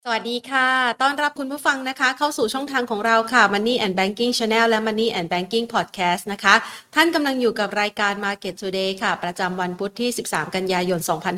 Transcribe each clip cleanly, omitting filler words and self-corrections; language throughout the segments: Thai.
สวัสดีค่ะต้อนรับคุณผู้ฟังนะคะเข้าสู่ช่องทางของเราค่ะ Money and Banking Channel และ Money and Banking Podcast นะคะท่านกำลังอยู่กับรายการ Market Today ค่ะประจำวันพุธที่13กันยายน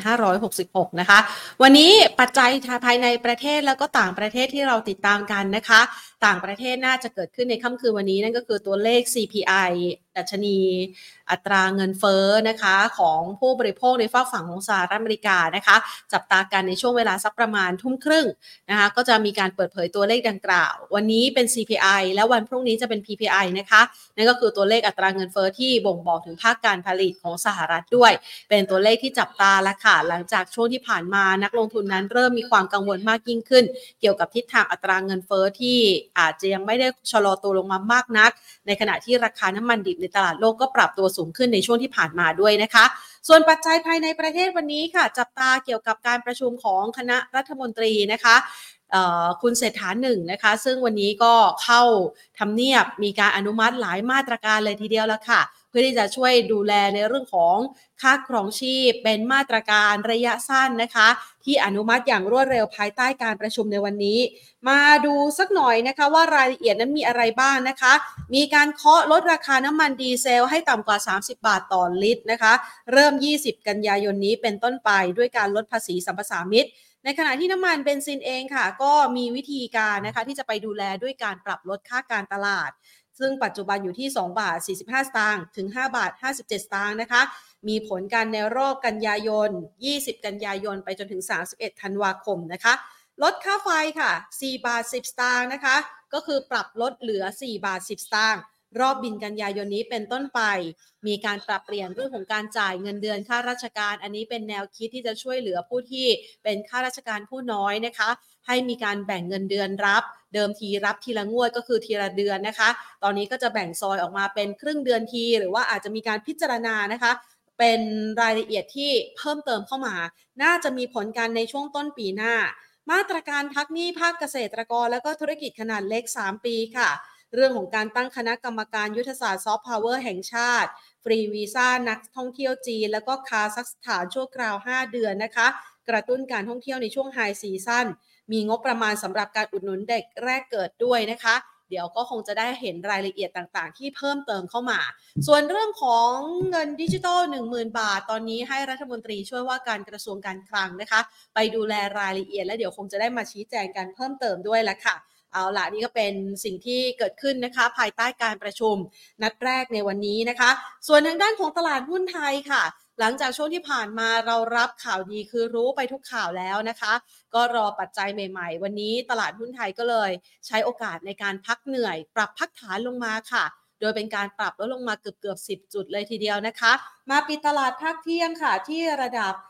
2566นะคะวันนี้ปัจจัยภายในประเทศแล้วก็ต่างประเทศที่เราติดตามกันนะคะต่างประเทศน่าจะเกิดขึ้นในค่ำคืนวันนี้นั่นก็คือตัวเลข CPI ดัชนีอัตราเงินเฟ้อนะคะของผู้บริโภคในฝากฝั่งของสหรัฐอเมริกานะคะจับตากันในช่วงเวลาสักประมาณทุ่มครึ่งนะคะก็จะมีการเปิดเผยตัวเลขดังกล่าววันนี้เป็น CPI และวันพรุ่งนี้จะเป็น PPI นะคะนั่นก็คือตัวเลขอัตราเงินเฟ้อที่บ่งบอกถึงภาคการผลิตของสหรัฐด้วยเป็นตัวเลขที่จับตาละค่ะหลังจากช่วงที่ผ่านมานักลงทุนนั้นเริ่มมีความกังวลมากยิ่งขึ้นเกี่ยวกับทิศทางอัตราเงินเฟ้อที่อาจจะยังไม่ได้ชะลอตัวลงมามากนักในขณะที่ราคาน้ำมันดิบในตลาดโลกก็ปรับตัวสูงขึ้นในช่วงที่ผ่านมาด้วยนะคะส่วนปัจจัยภายในประเทศวันนี้ค่ะจับตาเกี่ยวกับการประชุมของคณะรัฐมนตรีนะคะคุณเศรษฐาหนึ่งนะคะซึ่งวันนี้ก็เข้าทำเนียบมีการอนุมัติหลายมาตรการเลยทีเดียวแล้วค่ะเพื่อที่จะช่วยดูแลในเรื่องของค่าครองชีพเป็นมาตรการระยะสั้นนะคะที่อนุมัติอย่างรวดเร็วภายใต้การประชุมในวันนี้มาดูสักหน่อยนะคะว่ารายละเอียดนั้นมีอะไรบ้างนะคะมีการเคาะลดราคาน้ำมันดีเซลให้ต่ำกว่า30บาทต่อลิตรนะคะเริ่ม20กันยายนนี้เป็นต้นไปด้วยการลดภาษีสัมปสามิตในขณะที่น้ำมันเบนซินเองค่ะก็มีวิธีการนะคะที่จะไปดูแลด้วยการปรับลดค่าการตลาดซึ่งปัจจุบันอยู่ที่2บาท45สตางค์ถึง5บาท57สตางค์นะคะมีผลกันในรอบกันยายน20กันยายนไปจนถึง31ธันวาคมนะคะลดค่าไฟค่ะ4บาท10สตางค์นะคะก็คือปรับลดเหลือ4บาท10สตางค์รอบบินกันยายนนี้เป็นต้นไปมีการปรับเปลี่ยนเรื่องของการจ่ายเงินเดือนข้าราชการอันนี้เป็นแนวคิดที่จะช่วยเหลือผู้ที่เป็นข้าราชการผู้น้อยนะคะให้มีการแบ่งเงินเดือนรับเดิมทีรับทีละงวดก็คือทีละเดือนนะคะตอนนี้ก็จะแบ่งซอยออกมาเป็นครึ่งเดือนทีหรือว่าอาจจะมีการพิจารณานะคะเป็นรายละเอียดที่เพิ่มเติมเข้ามาน่าจะมีผลกันในช่วงต้นปีหน้ามาตรการพักหนี้ภาคเกษตรกรและก็ธุรกิจขนาดเล็ก3ปีค่ะเรื่องของการตั้งคณะกรรมการยุทธศาสตร์ซอฟต์พาวเวอร์แห่งชาติฟรีวีซ่านักท่องเที่ยวจีนแล้วก็คาซัคสถานชั่วคราว5เดือนนะคะกระตุ้นการท่องเที่ยวในช่วงไฮซีซั่นมีงบประมาณสำหรับการอุดหนุนเด็กแรกเกิดด้วยนะคะเดี๋ยวก็คงจะได้เห็นรายละเอียดต่างๆที่เพิ่มเติมเข้ามาส่วนเรื่องของเงินดิจิทัล 10,000 บาทตอนนี้ให้รัฐมนตรีช่วยว่าการกระทรวงการคลังนะคะไปดูแลรายละเอียดและเดี๋ยวคงจะได้มาชี้แจงกันเพิ่มเติมด้วยละค่ะเอาล่ะนี่ก็เป็นสิ่งที่เกิดขึ้นนะคะภายใต้การประชุมนัดแรกในวันนี้นะคะส่วนทางด้านของตลาดหุ้นไทยค่ะหลังจากช่วงที่ผ่านมาเรารับข่าวดีคือรู้ไปทุกข่าวแล้วนะคะก็รอปัจจัยใหม่ๆวันนี้ตลาดหุ้นไทยก็เลยใช้โอกาสในการพักเหนื่อยปรับพักฐานลงมาค่ะโดยเป็นการปรับลดลงมาเกือบ10จุดเลยทีเดียวนะคะมาปิดตลาดภาคเที่ยงค่ะที่ระดับ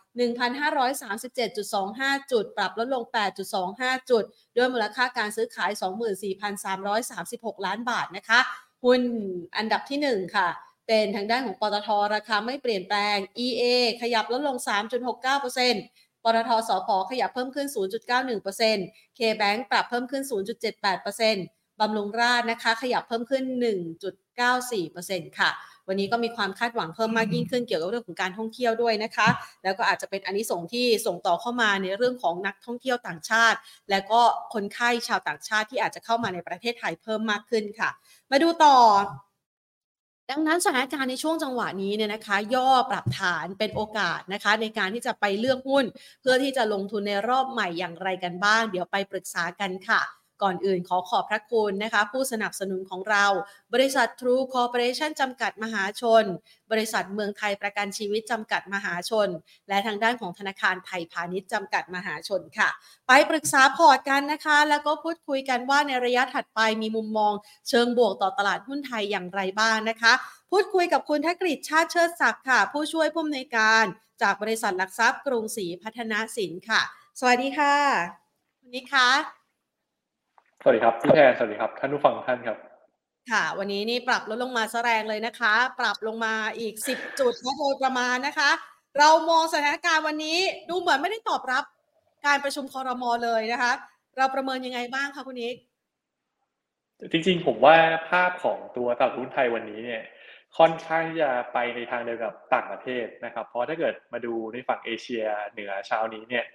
1,537.25 จุดปรับลดลง8.25 จุดด้วยมูลค่าการซื้อขาย 24,336 ล้านบาทนะคะหุ้นอันดับที่1ค่ะเป็นทางด้านของปตทราคาไม่เปลี่ยนแปลง EA ขยับลดลง 3.69% ปตทสผขยับเพิ่มขึ้น 0.91% KBank ปรับเพิ่มขึ้น 0.78%บำรุงราษฎร์นะคะขยับเพิ่มขึ้น 1.94% ค่ะวันนี้ก็มีความคาดหวังเพิ่มมากยิ่งขึ้นเกี่ยวกับเรื่องของการท่องเที่ยวด้วยนะคะแล้วก็อาจจะเป็นอานิสงส์ที่ส่งต่อเข้ามาในเรื่องของนักท่องเที่ยวต่างชาติและก็คนไข้ชาวต่างชาติที่อาจจะเข้ามาในประเทศไทยเพิ่มมากขึ้นค่ะมาดูต่อดังนั้นสถานการณ์ในช่วงจังหวะนี้เนี่ยนะคะย่อปรับฐานเป็นโอกาสนะคะในการที่จะไปเลือกหุ้นเพื่อที่จะลงทุนในรอบใหม่อย่างไรกันบ้างเดี๋ยวไปปรึกษากันค่ะก่อนอื่นขอขอบพระคุณนะคะผู้สนับสนุนของเราบริษัท True Corporation จำกัดมหาชนบริษัทเมืองไทยประกันชีวิตจำกัดมหาชนและทางด้านของธนาคารไทยพาณิชย์จำกัดมหาชนค่ะไปปรึกษาพอร์ตกันนะคะแล้วก็พูดคุยกันว่าในระยะถัดไปมีมุมมองเชิงบวกต่อตลาดหุ้นไทยอย่างไรบ้างนะคะพูดคุยกับคุณธกฤษชาติเชิดศักดิ์ค่ะผู้ช่วยผู้อำนวยการจากบริษัทหลักทรัพย์กรุงศรีพัฒนสินค่ะสวัสดีค่ะคุณนิกคะสวัสดีครับพี่แทนสวัสดีครับท่านผู้ฟังทุกท่านครับค่ะวันนี้นี่ปรับลดลงมาซะแรงเลยนะคะปรับลงมาอีก10จุดนะโดยประมาณนะคะเรามองสถานการณ์วันนี้ดูเหมือนไม่ได้ตอบรับการประชุมครม.เลยนะคะเราประเมินยังไงบ้างคะคุณนิกจริงๆผมว่าภาพของตัวตลาดหุ้นไทยวันนี้เนี่ยค่อนข้างที่จะไปในทางเดียวกับต่างประเทศนะครับเพราะถ้าเกิดมาดูในฝั่งเอเชียเหนือเช้านี้เนี่ย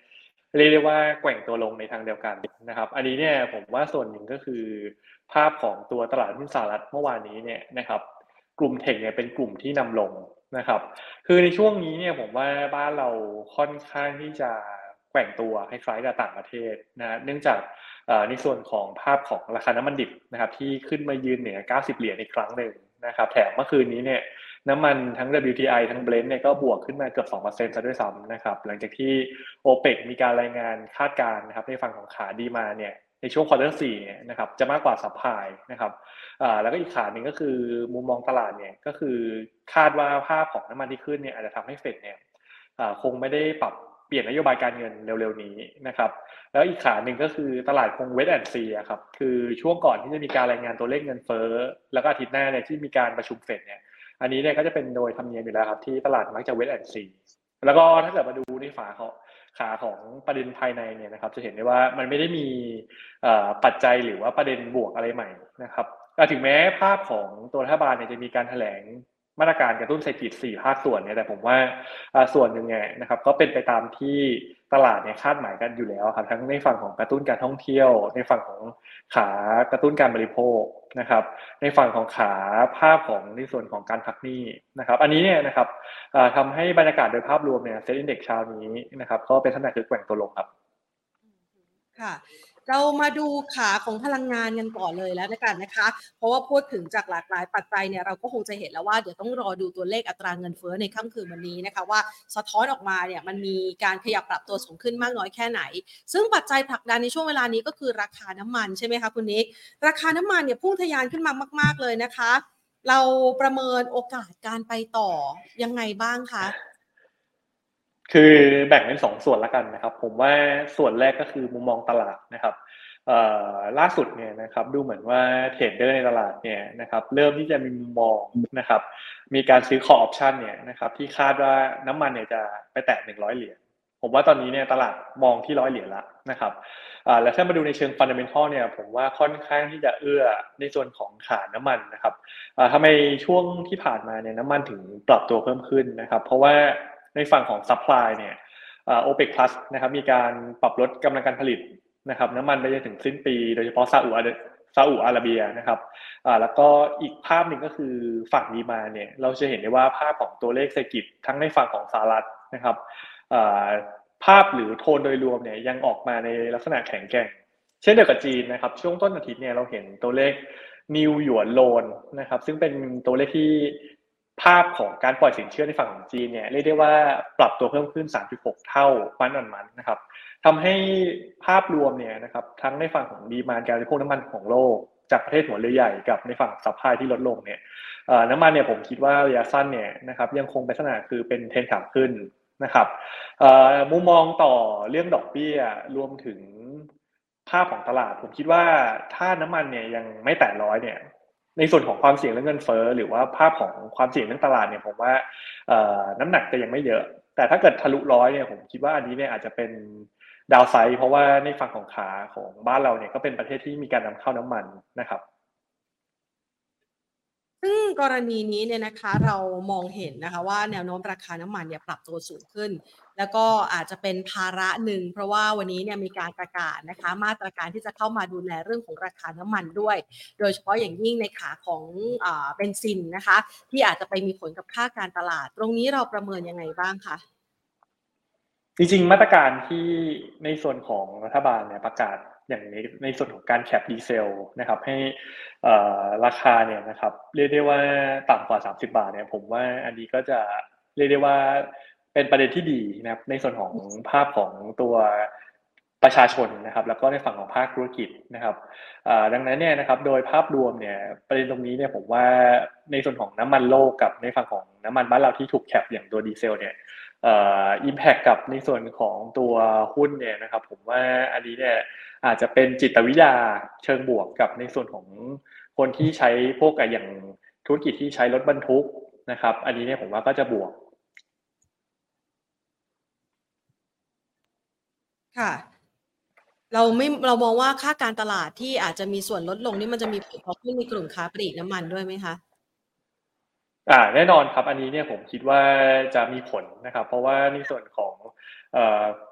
เรียกได้ว่าแกว่งตัวลงในทางเดียวกันนะครับอันนี้เนี่ยผมว่าส่วนหนึ่งก็คือภาพของตัวตลาดหุ้นสหรัฐเมื่อวานนี้เนี่ยนะครับกลุ่มเทคเนี่ยเป็นกลุ่มที่นำลงนะครับคือในช่วงนี้เนี่ยผมว่าบ้านเราค่อนข้างที่จะแกว่งตัวคล้ายๆกับต่างประเทศนะเนื่องจากในส่วนของภาพของราคาน้ำมันดิบนะครับที่ขึ้นมายืนเหนือ$90อีกครั้งหนึ่งนะครับแถมเมื่อคืนนี้เนี่ยน้ำมันทั้ง WTI ทั้ง Brent เนี่ยก็บวกขึ้นมาเกือบ 2% ซะด้วยซ้ำนะครับหลังจากที่ OPEC มีการรายงานคาดการณ์นะครับในฝั่งของขาดีมาเนี่ยในช่วงควอเตอร์4เนี่ยนะครับจะมากกว่าซัพพลายนะครับแล้วก็อีกขาหนึ่งก็คือมุมมองตลาดเนี่ยก็คือคาดว่าภาพของน้ำมันที่ขึ้นเนี่ยอาจจะทำให้เฟดเนี่ยคงไม่ได้ปรับเปลี่ยนนโยบายการเงินเร็วๆนี้นะครับแล้วอีกขาหนึ่งก็คือตลาดคงเวทแอนด์ซีอะครับคือช่วงก่อนที่จะมีการรายงานตัวเลขเงินเฟ้อแล้วก็อาทิตย์หน้าเนี่ยที่มีการประชุมเฟดเนี่ยอันนี้เนี่ยก็จะเป็นโดยธรรมเนียมอยู่แล้วครับที่ตลาดมักจะเวทแอนด์ซีแล้วก็ถ้าเกิดมาดูในขาของประเด็นภายในเนี่ยนะครับจะเห็นได้ว่ามันไม่ได้มีปัจจัยหรือว่าประเด็นบวกอะไรใหม่นะครับถึงแม้ภาพของตัวรัฐบาลเนี่ยจะมีการแถลงมาตรการกระตุ้นเศรษฐกิจ4ภาคส่วนเนี่ยแต่ผมว่าส่วนหนึ่งเนี่ยนะครับก็เป็นไปตามที่ตลาดเนี่ยคาดหมายกันอยู่แล้วครับทั้งในฝั่งของกระตุ้นการท่องเที่ยวในฝั่งของขากระตุ้นการบริโภคนะครับในฝั่งของขาภาพของในส่วนของการพักหนี้นะครับอันนี้เนี่ยนะครับทำให้บรรยากาศโดยภาพรวมเนี่ยเซ็ตอินเด็กซ์เช้านี้นะครับก็เป็นลักษณะคือแกว่งตัวลงครับค่ะเรามาดูขาของพลังงานกันก่อนเลยแล้วกันนะคะเพราะว่าพูดถึงจากหลากหลายปัจจัยเนี่ยเราก็คงจะเห็นแล้วว่าเดี๋ยวต้องรอดูตัวเลขอัตราเงินเฟ้อในค่ำคืนวันนี้นะคะว่าสะท้อนออกมาเนี่ยมันมีการขยับปรับตัวสูงขึ้นมากน้อยแค่ไหนซึ่งปัจจัยผลักดันในช่วงเวลานี้ก็คือราคาน้ำมันใช่ไหมคะคุณนิกราคาน้ำมันเนี่ยพุ่งทะยานขึ้นมามากๆเลยนะคะเราประเมินโอกาสการไปต่อยังไงบ้างคะคือแบ่งเป็น2ส่วนแล้วกันนะครับผมว่าส่วนแรกก็คือมุมมองตลาดนะครับล่าสุดเนี่ยนะครับดูเหมือนว่าเทรดเดอร์ในตลาดเนี่ยนะครับเริ่มที่จะมีมุมมองนะครับมีการซื้อ call option เนี่ยนะครับที่คาดว่าน้ำมันเนี่ยจะไปแตะ$100ผมว่าตอนนี้เนี่ยตลาดมองที่$100แล้วนะครับแล้วถ้ามาดูในเชิง fundamental เนี่ยผมว่าค่อนข้างที่จะเอื้อในส่วนของขาน้ำมันนะครับทำไมช่วงที่ผ่านมาเนี่ยน้ำมันถึงปรับตัวเพิ่มขึ้นนะครับเพราะว่าในฝั่งของ supply เนี่ยOPEC Plus นะครับมีการปรับลดกำลังการผลิตนะครับน้ำมันไปจนถึงสิ้นปีโดยเฉพาะซาอุอาระเบียนะครับแล้วก็อีกภาพหนึ่งก็คือฝั่งดีมาเนี่ยเราจะเห็นได้ว่าภาพของตัวเลขเศรษฐกิจทั้งในฝั่งของสหรัฐนะครับภาพหรือโทนโดยรวมเนี่ยยังออกมาในลักษณะแข็งแกร่งเช่นเดียวกับจีนนะครับช่วงต้นอาทิตย์เนี่ยเราเห็นตัวเลขนิวหยวนโลนนะครับซึ่งเป็นตัวเลขที่ภาพของการปล่อยสินเชื่อในฝั่งของจีนเนี่ยเรียกได้ว่าปรับตัวเพิ่มขึ้น 3.6 เท่าวันออนมันนะครับทำให้ภาพรวมเนี่ยนะครับทั้งในฝั่งของดีมานด์การบริโภคน้ำมันของโลกจากประเทศหัวเรือใหญ่กับในฝั่งซัพพลายที่ลดลงเนี่ยน้ำมันเนี่ยผมคิดว่าระยะสั้นเนี่ยนะครับยังคงเป็นลักษณะคือเป็นเทรนขาขึ้นนะครับมุมมองต่อเรื่องดอกเบี้ยรวมถึงภาพของตลาดผมคิดว่าถ้าน้ำมันเนี่ยยังไม่แตะร้อยเนี่ยในส่วนของความเสี่ยงเรื่องเงินเฟ้อหรือว่าภาพของความเสี่ยงเรื่องตลาดเนี่ยผมว่าน้ำหนักจะยังไม่เยอะแต่ถ้าเกิดทะลุร้อยเนี่ยผมคิดว่าอันนี้เนี่ยอาจจะเป็นดาวไซด์เพราะว่าในฝั่งของขาของบ้านเราเนี่ยก็เป็นประเทศที่มีการนำเข้าน้ำมันนะครับซึ่งกรณีนี้เนี่ยนะคะเรามองเห็นนะคะว่าแนวโน้มราคาน้ำมันเนี่ยปรับตัวสูงขึ้นแล้วก็อาจจะเป็นภาระหนึ่งเพราะว่าวันนี้เนี่ยมีการประกาศนะคะมาตรการที่จะเข้ามาดูแลเรื่องของราคาน้ำมันด้วยโดยเฉพาะอย่างยิ่งในขาของเบนซินนะคะที่อาจจะไปมีผลกับค่าการตลาดตรงนี้เราประเมินยังไงบ้างคะจริงๆมาตรการที่ในส่วนของรัฐบาลเนี่ยประกาศอย่างในส่วนของการแคปดีเซลนะครับให้ราคาเนี่ยนะครับเรียกได้ว่าต่ำกว่า$30เนี่ยผมว่าอันนี้ก็จะเรียกได้ว่าเป็นประเด็นที่ดีนะครับในส่วนของภาพของตัวประชาชนนะครับแล้วก็ในฝั่งของภาคธุรกิจนะครับดังนั้นเนี่ยนะครับโดยภาพรวมเนี่ยประเด็นตรงนี้เนี่ยผมว่าในส่วนของน้ำมันโลกกับในฝั่งของน้ำมันบ้านเราที่ถูกแคปอย่างตัวดีเซลเนี่ยimpact กับในส่วนของตัวหุ้นเนี่ยนะครับผมว่าอันนี้เนี่ยอาจจะเป็นจิตวิทยาเชิงบวกกับในส่วนของคนที่ใช้พวกอย่างธุรกิจที่ใช้รถบรรทุกนะครับอันนี้เนี่ยผมว่าก็จะบวกค่ะเรามองว่าค่าการตลาดที่อาจจะมีส่วนลดลงนี่มันจะมีผลกระทบในกลุ่มค้าปลีกน้ำมันด้วยไหมคะแน่นอนครับอันนี้เนี่ยผมคิดว่าจะมีผลนะครับเพราะว่าในส่วนของเอ่อ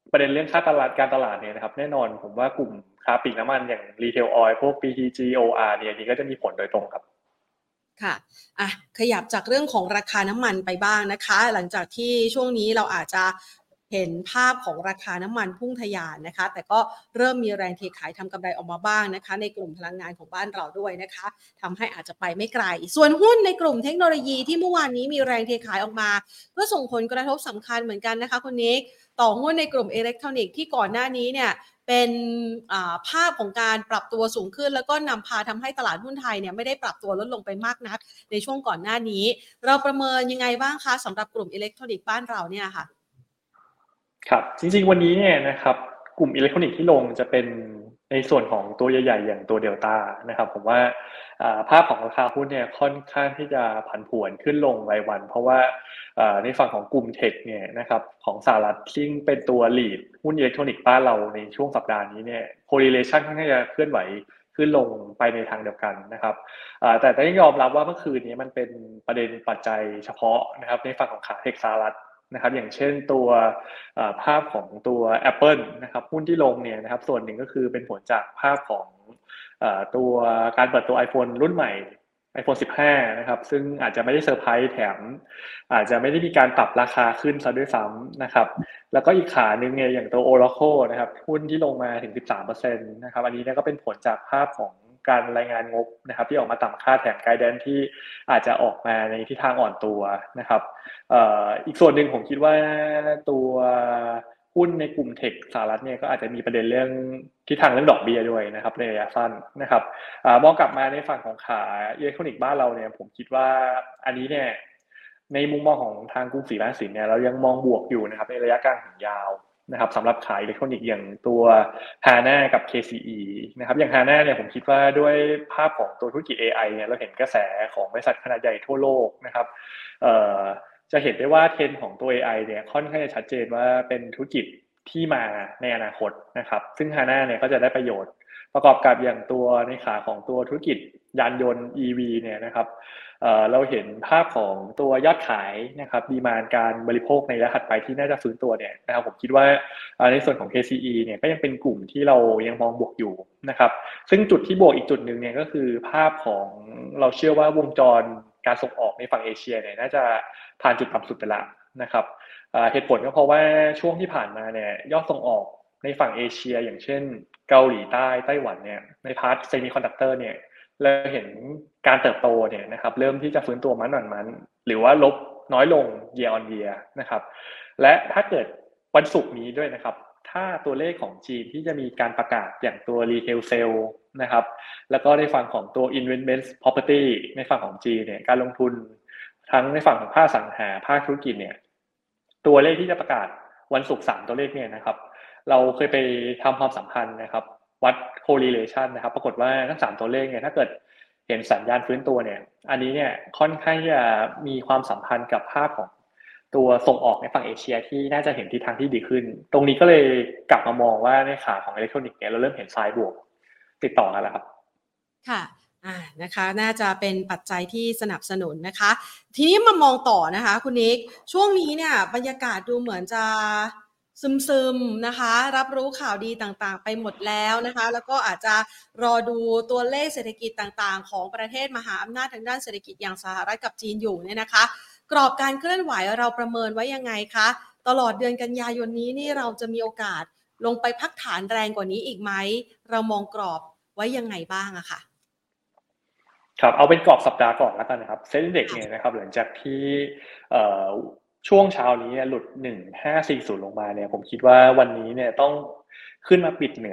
ประเด็นเรื่องค่าตลาดการตลาดเนี่ยนะครับแน่นอนผมว่ากลุ่มค้าปลีกน้ำมันอย่าง Retail Oil พวก PTT OR เนี่ยนี่ก็จะมีผลโดยตรงครับค่ะขยับจากเรื่องของราคาน้ำมันไปบ้างนะคะหลังจากที่ช่วงนี้เราอาจจะเห็นภาพของราคาน้ำมันพุ่งทะยานนะคะแต่ก็เริ่มมีแรงเทขายทำกำไรออกมาบ้างนะคะในกลุ่มพลังงานของบ้านเราด้วยนะคะทำให้อาจจะไปไม่ไกลส่วนหุ้นในกลุ่มเทคโนโลยีที่เมื่อวานนี้มีแรงเทขายออกมาก็ส่งผลกระทบสำคัญเหมือนกันนะคะคุณนิกต่อหุ้นในกลุ่มอิเล็กทรอนิกส์ที่ก่อนหน้านี้เนี่ยเป็นภาพของการปรับตัวสูงขึ้นแล้วก็นำพาทำให้ตลาดหุ้นไทยเนี่ยไม่ได้ปรับตัวลดลงไปมากนักในช่วงก่อนหน้านี้เราประเมินยังไงบ้างคะสำหรับกลุ่มอิเล็กทรอนิกส์บ้านเราเนี่ยค่ะครับจริงๆวันนี้เนี่ยนะครับกลุ่มอิเล็กทรอนิกส์ที่ลงจะเป็นในส่วนของตัวใหญ่ๆอย่างตัวเดลต้านะครับผมว่าภาพของราคาหุ้นเนี่ยค่อนข้างที่จะผันผวนขึ้นลงรายวันเพราะว่าในฝั่งของกลุ่มเทคเนี่ยนะครับของสหรัฐซึ่งเป็นตัว lead หุ้นอิเล็กทรอนิกส์บ้านเราในช่วงสัปดาห์นี้เนี่ย correlation ค่อนข้างจะเคลื่อนไหวขึ้นลงไปในทางเดียวกันนะครับแต่ต้องยอมรับว่าเมื่อคืนนี้มันเป็นประเด็นปัจจัยเฉพาะนะครับในฝั่งของขาเทคสหรัฐนะครับอย่างเช่นตัวภาพของตัว Apple นะครับหุ้นที่ลงเนี่ยนะครับส่วนหนึ่งก็คือเป็นผลจากภาพของตัวการเปิดตัว iPhone รุ่นใหม่ iPhone 15นะครับซึ่งอาจจะไม่ได้เซอร์ไพรส์แถมอาจจะไม่ได้มีการปรับราคาขึ้นซะด้วยซ้ำนะครับแล้วก็อีกขาหนึ่งเนี่ยอย่างตัว Oracle นะครับหุ้นที่ลงมาถึง 13% นะครับอันนี้เนี่ยก็เป็นผลจากภาพของการรายงานงบนะครับที่ออกมาต่ำคาดแถมไกด์แดนที่อาจจะออกมาในทิศทางอ่อนตัวนะครับอีกส่วนหนึ่งผมคิดว่าตัวหุ้นในกลุ่มเทคสหรัฐเนี่ยก็อาจจะมีประเด็นเรื่องทิศทางเรื่องดอกเบี้ยด้วยนะครับในระยะสั้นนะครับมองกลับมาในฝั่งของขาอิเล็กทรอนิกส์บ้านเราเนี่ยผมคิดว่าอันนี้เนี่ยในมุมมองของทางกรุงศรีรัตน์สินเนี่ยเรายังมองบวกอยู่นะครับในระยะกลางถึงยาวนะครับสำหรับขายอิเล็กทรอนิกส์อย่างตัว HANA กับ KCE นะครับอย่าง HANA เนี่ยผมคิดว่าด้วยภาพของตัวธุรกิจ AI เนี่ยเราเห็นกระแสของบริษัทขนาดใหญ่ทั่วโลกนะครับเอ่อจะเห็นได้ว่าเทรนด์ของตัว AI เนี่ยค่อนข้างจะชัดเจนว่าเป็นธุรกิจที่มาในอนาคตนะครับซึ่ง HANA เนี่ยก็จะได้ประโยชน์ประกอบกับอย่างตัวในขาของตัวธุรกิจยานยนต์ EV เนี่ยนะครับเราเห็นภาพของตัวยอดขายนะครับดีมานด์การบริโภคในระยะถัดไปที่น่าจะฟื้นตัวเนี่ยนะครับผมคิดว่าในส่วนของ KCE เนี่ยก็ยังเป็นกลุ่มที่เรายังมองบวกอยู่นะครับซึ่งจุดที่บวกอีกจุดหนึ่งเนี่ยก็คือภาพของเราเชื่อว่าวงจรการส่งออกในฝั่งเอเชียเนี่ยน่าจะผ่านจุดต่ำสุดไปแล้วนะครับเหตุผลก็เพราะว่าช่วงที่ผ่านมาเนี่ยยอดส่งออกในฝั่งเอเชียอย่างเช่นเกาหลีใต้ไต้หวันเนี่ยในพาร์ทเซมิคอนดักเตอร์เนี่ยเราเห็นการเติบโตเนี่ยนะครับเริ่มที่จะฟื้นตัวมันหรือว่าลบน้อยลง year on year นะครับและถ้าเกิดวันศุกร์นี้ด้วยนะครับถ้าตัวเลขของจีนที่จะมีการประกาศอย่างตัว retail sale นะครับแล้วก็ในฝั่งของตัว investment property ในฝั่งของจีนเนี่ยการลงทุนทั้งในฝั่งของภาคอสังหาภาคธุรกิจเนี่ยตัวเลขที่จะประกาศวันศุกร์3ตัวเลขเนี่ยนะครับเราเคยไปทำความสัมพันธ์นะครับวัด correlation นะครับปรากฏว่าทั้ง3ตัวเลขเนี่ยถ้าเกิดเห็นสัญญาณฟื้นตัวเนี่ยอันนี้เนี่ยค่อนข้างจะมีความสัมพันธ์กับภาพของตัวส่งออกในฝั่งเอเชียที่น่าจะเห็นทิศทางที่ดีขึ้นตรงนี้ก็เลยกลับมามองว่าในขาของอิเล็กทรอนิกส์เนี่ยเราเริ่มเห็นซ้ายบวกติดต่อกันแล้วครับค่ะนะคะน่าจะเป็นปัจจัยที่สนับสนุนนะคะทีนี้มามองต่อนะคะคุณนิกช่วงนี้เนี่ยบรรยากาศดูเหมือนจะซึมๆนะคะรับรู้ข่าวดีต่างๆไปหมดแล้วนะคะแล้วก็อาจจะรอดูตัวเลขเศรษฐกิจต่างๆของประเทศมหาอำนาจทางด้านเศรษฐกิจอย่างสหรัฐกับจีนอยู่เนี่ยนะคะกรอบการเคลื่อนไหวเราประเมินไว้ยังไงคะตลอดเดือนกันยายนนี้นี่เราจะมีโอกาสลงไปพักฐานแรงกว่านี้อีกไหมเรามองกรอบไว้ยังไงบ้างอะค่ะครับเอาเป็นกรอบสัปดาห์ก่อนแล้วกันนะครับเซ็นเด็กเนี่ยนะครับหลังจากที่ช่วงเช้านี้หลุด1540ลงมาเนี่ยผมคิดว่าวันนี้เนี่ยต้องขึ้นมาปิดเหนือ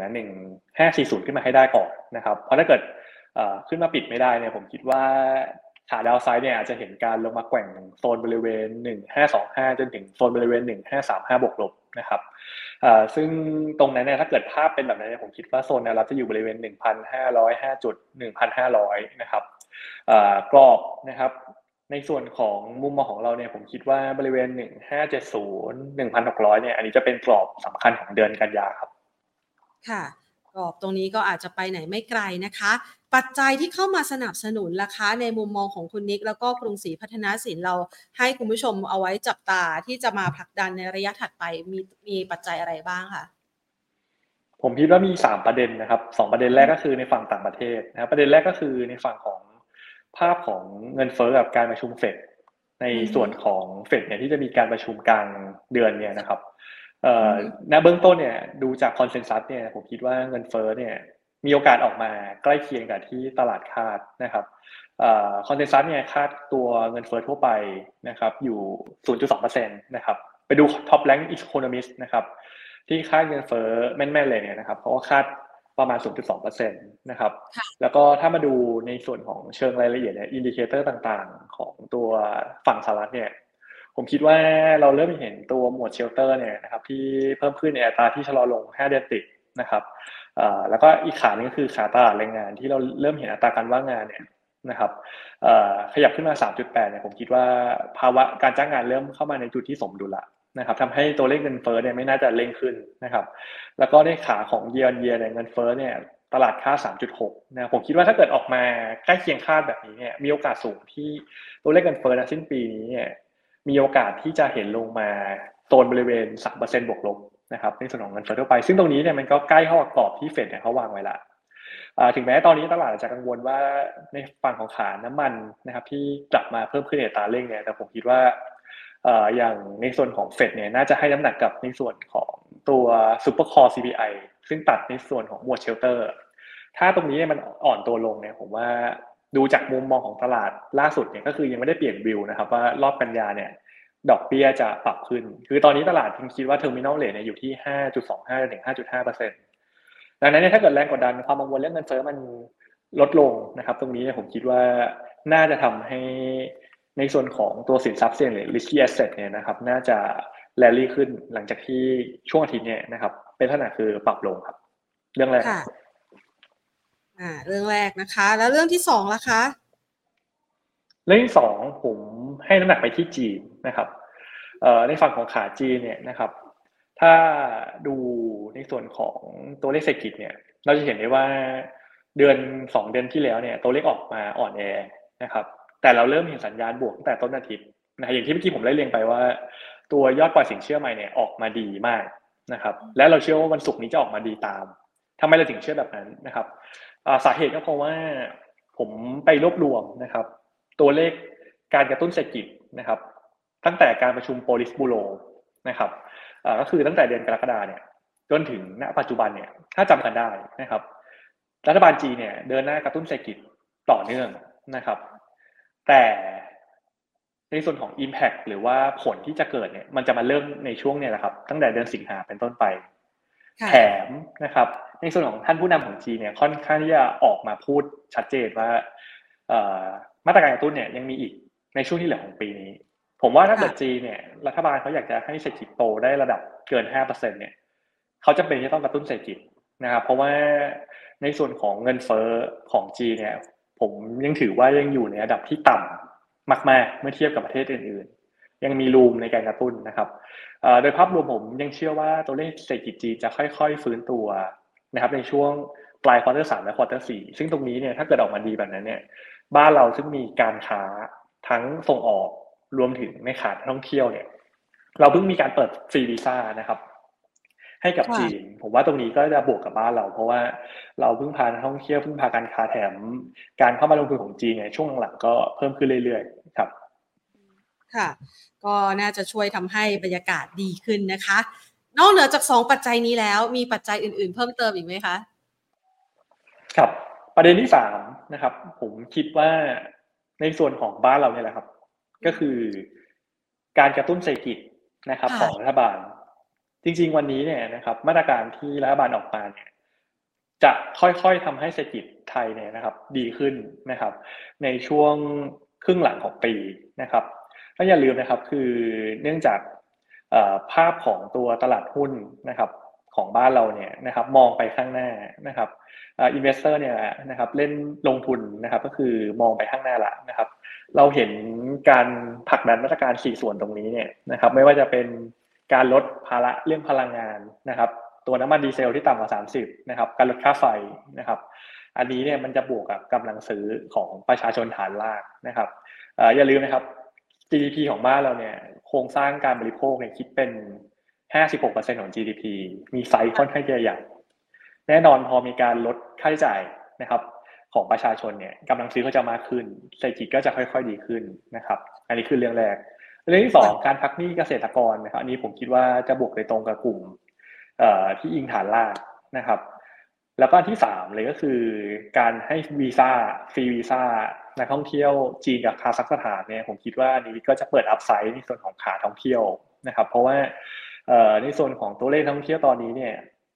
1540ขึ้นมาให้ได้ก่อนนะครับเพราะถ้าเกิดขึ้นมาปิดไม่ได้เนี่ยผมคิดว่าขาดาวไซด์เนี่ยอาจจะเห็นการลงมาแกว่งโซนบริเวณ1525จนถึงโซนบริเวณ1535บวกลบนะครับซึ่งตรงนั้นเนี่ยถ้าเกิดภาพเป็นแบบนั้นผมคิดว่าโซนแนวรับจะอยู่บริเวณ 1,505 จุด 1,500 นะครับกรอบนะครับในส่วนของมุมมองของเราเนี่ยผมคิดว่าบริเวณ1570 1,600เนี่ยอันนี้จะเป็นกรอบสำคัญของเดือนกันยาครับค่ะกรอบตรงนี้ก็อาจจะไปไหนไม่ไกลนะคะปัจจัยที่เข้ามาสนับสนุนล่ะคะในมุมมองของคุณนิกแล้วก็กรุงศรีพัฒนาสินเราให้คุณผู้ชมเอาไว้จับตาที่จะมาผลักดันในระยะถัดไปมีปัจจัยอะไรบ้างคะผมคิดว่ามี3ประเด็นนะครับ2ประเด็นแรกก็คือในฝั่งต่างประเทศนะครับประเด็นแรกก็คือในฝั่งของภาพของเงินเฟ้อกับการประชุมเฟดในส่วนของเฟดเนี่ยที่จะมีการประชุมกลางเดือนเนี่ยนะครับณเบื้องต้นเนี่ยดูจากคอนเซนแซสเนี่ยผมคิดว่าเงินเฟ้อเนี่ยมีโอกาสออกมาใกล้เคียงกับที่ตลาดคาดนะครับคอนเซนแซสเนี่ยคาดตัวเงินเฟ้อทั่วไปนะครับอยู่ 0.2% นะครับไปดู Top Rank Economist นะครับที่คาดเงินเฟ้อแม่นๆเลยเนี่ยนะครับเขาก็คาดประมาณ 0.2% นะครับแล้วก็ถ้ามาดูในส่วนของเชิงรายละเอียดเนี่ยอินดิเคเตอร์ต่างๆของตัวฝั่งสหรัฐเนี่ยผมคิดว่าเราเริ่มเห็นตัวหมวดเชลเตอร์เนี่ยนะครับที่เพิ่มขึ้นในอัตราที่ชะลอลง5 เดือนติดนะครับแล้วก็อีกขานึงก็คือขาตลาดแรงงานที่เราเริ่มเห็นอัตราการว่างงานเนี่ยนะครับขยับขึ้นมา 3.8 เนี่ยผมคิดว่าภาวะการจ้างงานเริ่มเข้ามาในจุดที่สมดุลละนะครับทำให้ตัวเลขเงินเฟ้อเนี่ยไม่น่าจะเร่งขึ้นนะครับแล้วก็ในขาของ year on year เนี่ยเงินเฟ้อเนี่ยตลาดคาด 3.6 นะผมคิดว่าถ้าเกิดออกมาใกล้เคียงคาดแบบนี้เนี่ยมีโอกาสสูงที่ตัวเลขเงินเฟ้อในสิ้นปีนี้เนี่ยมีโอกาสที่จะเห็นลงมาโซนบริเวณ 3% บวกลบนะครับในส่วนของเงินเฟ้อทั่วไปซึ่งตรงนี้เนี่ยมันก็ใกล้เข้ากับกรอบที่เฟดเนี่ยเขาวางไว้ละถึงแม้ตอนนี้ตลาดอาจจะกังวลว่าในฝั่งของขาน้ำมันนะครับที่กลับมาเพิ่มขึ้นในอัตราเร่งเนี่ยแต่ผมคิดว่าอย่างในส่วนของเฟดเนี่ยน่าจะให้น้ำหนักกับในส่วนของตัว Super Core CPI ซึ่งตัดในส่วนของหมวดเชลเตอร์ถ้าตรงนี้มันอ่อนตัวลงเนี่ยผมว่าดูจากมุมมองของตลาดล่าสุดเนี่ยก็คือยังไม่ได้เปลี่ยนวิวนะครับว่ารอบกันยาเนี่ยดอกเบี้ยจะปรับขึ้นคือตอนนี้ตลาดคิดว่า Terminal Rate เนี่ยอยู่ที่ 5.25 ถึง 5.5% ดังนั้นเนี่ยถ้าเกิดแรงกดดันความกังวลเรื่องเงินเฟ้อมันลดลงนะครับตรงนี้ผมคิดว่าน่าจะทำให้ในส่วนของตัวสินทรัพย์เสี่ยงหรือ risky asset เนี่ยนะครับน่าจะแรลลี่ขึ้นหลังจากที่ช่วงอาทิตย์เนี่ยนะครับเป็นลักษณะคือปรับลงครับเรื่องแรกค่ะเรื่องแรกนะคะแล้วเรื่องที่2ล่ะคะเรื่องที่2ผมให้น้ำหนักไปที่จีนนะครับในฝั่งของขาจีนเนี่ยนะครับถ้าดูในส่วนของตัวเลขเศรษฐกิจเนี่ยเราจะเห็นได้ว่าเดือน2 เดือนที่แล้วเนี่ยตัวเลขออกมาอ่อนแอนะครับแต่เราเริ่มเห็นสัญญาณบวกตั้งแต่ต้นอาทิตย์นะอย่างที่เมื่อกี้ผมได้เรียงไปว่าตัวยอดปล่อยสินเชื่อใหม่เนี่ยออกมาดีมากนะครับและเราเชื่อว่าวันศุกร์นี้จะออกมาดีตามทำไมเราถึงเชื่อแบบนั้นนะครับสาเหตุก็เพราะว่าผมไปรวบรวมนะครับตัวเลขการกระตุ้นเศรษฐกิจนะครับตั้งแต่การประชุมโพลิสบูโรนะครับก็คือตั้งแต่เดือนกรกฎาเนี่ยจนถึงณปัจจุบันเนี่ยถ้าจำกันได้นะครับรัฐบาลจีนเนี่ยเดินหน้ากระตุ้นเศรษฐกิจต่อเนื่องนะครับแต่ในส่วนของ Impact หรือว่าผลที่จะเกิดเนี่ยมันจะมาเริ่มในช่วงเนี่ยแหละครับตั้งแต่เดือนสิงหาเป็นต้นไปแถมนะครับในส่วนของท่านผู้นำของจีนเนี่ยค่อนข้างที่จะออกมาพูดชัดเจนว่ามาตรการกระตุ้นเนี่ยยังมีอีกในช่วงที่เหลือของปีนี้ผมว่าถ้าเกิดจีนเนี่ยรัฐบาลเขาอยากจะให้เศรษฐกิจโตได้ระดับเกิน 5% เนี่ยเขาจำเป็นที่ต้องกระตุ้นเศรษฐกิจนะครับเพราะว่าในส่วนของเงินเฟ้อของจีนเนี่ยผมยังถือว่ายังอยู่ในระดับที่ต่ำมากๆเมื่อเทียบกับประเทศอื่นๆยังมีรูมในการกระตุ้นนะครับโดยภาพรวมผมยังเชื่อว่าตัวเลขเศรษฐกิจจีนจะค่อยๆฟื้นตัวนะครับในช่วงปลายควอเตอร์3และควอเตอร์4ซึ่งตรงนี้เนี่ยถ้าเกิดออกมาดีแบบนั้นเนี่ยบ้านเราซึ่งมีการค้าทั้งส่งออกรวมถึงในขาท่องเที่ยวเนี่ยเราเพิ่งมีการเปิดฟรีวีซ่านะครับให้กับจีนผมว่าตรงนี้ก็จะบวกกับบ้านเราเพราะว่าเราเพิ่งพานักท่องเที่ยวเพิ่งพาการค้าแถมการเข้ามาลงทุนของจีนเนี่ยช่วงหลังๆก็เพิ่มขึ้นเรื่อยๆครับค่ะก็น่าจะช่วยทำให้บรรยากาศดีขึ้นนะคะนอกเหนือจาก2ปัจจัยนี้แล้วมีปัจจัยอื่นๆเพิ่มเติมอีกไหมคะครับประเด็นที่3นะครับผมคิดว่าในส่วนของบ้านเราเนี่ยแหละครับก็คือการกระตุ้นเศรษฐกิจนะครับของรัฐบาลจริงๆวันนี้เนี่ยนะครับมาตรการที่รัฐบาลออกมาเนี่ยจะค่อยๆทำให้เศรษฐกิจไทยเนี่ยนะครับดีขึ้นนะครับในช่วงครึ่งหลังของปีนะครับก็อย่าลืมนะครับคือเนื่องจากภาพของตัวตลาดหุ้นนะครับของบ้านเราเนี่ยนะครับมองไปข้างหน้านะครับอินเวสเตอร์เนี่ยนะครับเล่นลงทุนนะครับก็คือมองไปข้างหน้าละนะครับเราเห็นการผลักดันมาตรการ4ส่วนตรงนี้เนี่ยนะครับไม่ว่าจะเป็นการลดภาระเรื่องพลังงานนะครับตัวน้ำมันดีเซลที่ต่ำกว่า30นะครับการลดค่าไฟนะครับอันนี้เนี่ยมันจะบวกกับกำลังซื้อของประชาชนฐานรากนะครับอย่าลืมนะครับ GDP ของบ้านเราเนี่ยโครงสร้างการบริโภคเนี่ยคิดเป็น 56% ของ GDP มีไซส์ค่อนข้างใหญ่แน่นอนพอมีการลดค่าใช้จ่ายนะครับของประชาชนเนี่ยกำลังซื้อก็จะมากขึ้นเศรษฐกิจก็จะค่อยๆดีขึ้นนะครับอันนี้คือเรื่องแรกเรื่องที่สองการพักหนี้เกษตรกรนะครับอันนี้ผมคิดว่าจะบวกโดยตรงกับกลุ่มที่อิงฐานรากนะครับแล้วก็อันที่สามเลยก็คือการให้วีซ่าฟรีวีซ่านักท่องเที่ยวจีนกับคาซัคสถานเนี่ยผมคิดว่าอันนี้ก็จะเปิดอัพไซด์ในส่วนของขาท่องเที่ยวนะครับเพราะว่าในส่วนของตัวเลขท่องเที่ยวตอนนี้เนี่ย